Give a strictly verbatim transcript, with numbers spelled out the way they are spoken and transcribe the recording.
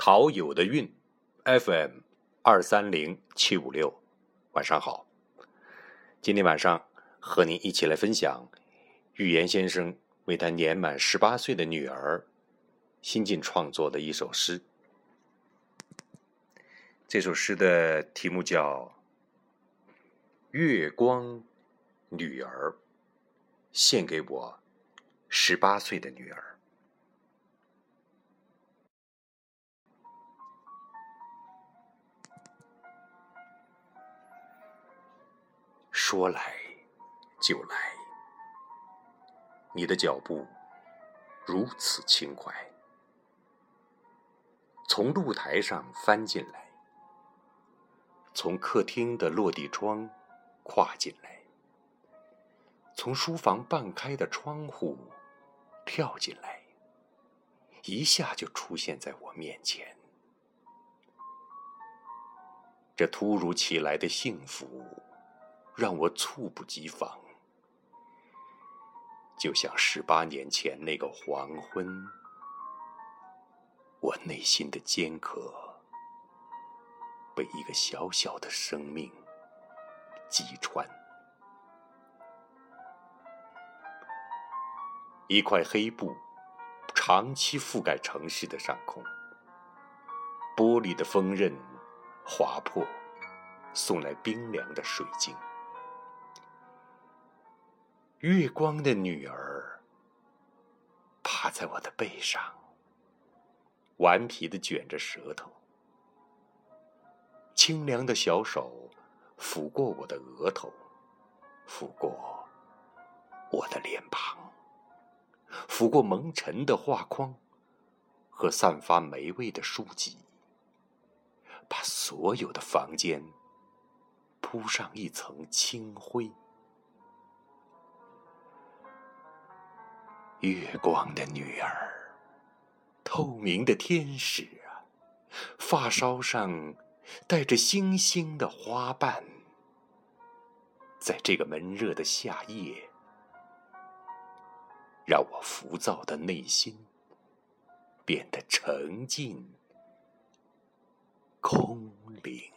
好友的韵 F M 二三零七五六，晚上好。今天晚上和您一起来分享寓言先生为他年满十八岁的女儿新近创作的一首诗。这首诗的题目叫《月光女儿》，献给我十八岁的女儿。说来就来，你的脚步如此轻快，从露台上翻进来，从客厅的落地窗跨进来，从书房半开的窗户跳进来，一下就出现在我面前。这突如其来的幸福让我猝不及防，就像十八年前那个黄昏，我内心的坚壳被一个小小的生命击穿。一块黑布长期覆盖城市的上空，玻璃的锋刃划破，送来冰凉的水晶。月光的女儿趴在我的背上，顽皮地卷着舌头，清凉的小手抚过我的额头，抚过我的脸庞，抚过蒙尘的画框和散发霉味的书籍，把所有的房间铺上一层清灰。月光的女儿，透明的天使啊，发梢上带着星星的花瓣，在这个闷热的夏夜，让我浮躁的内心变得沉静空灵。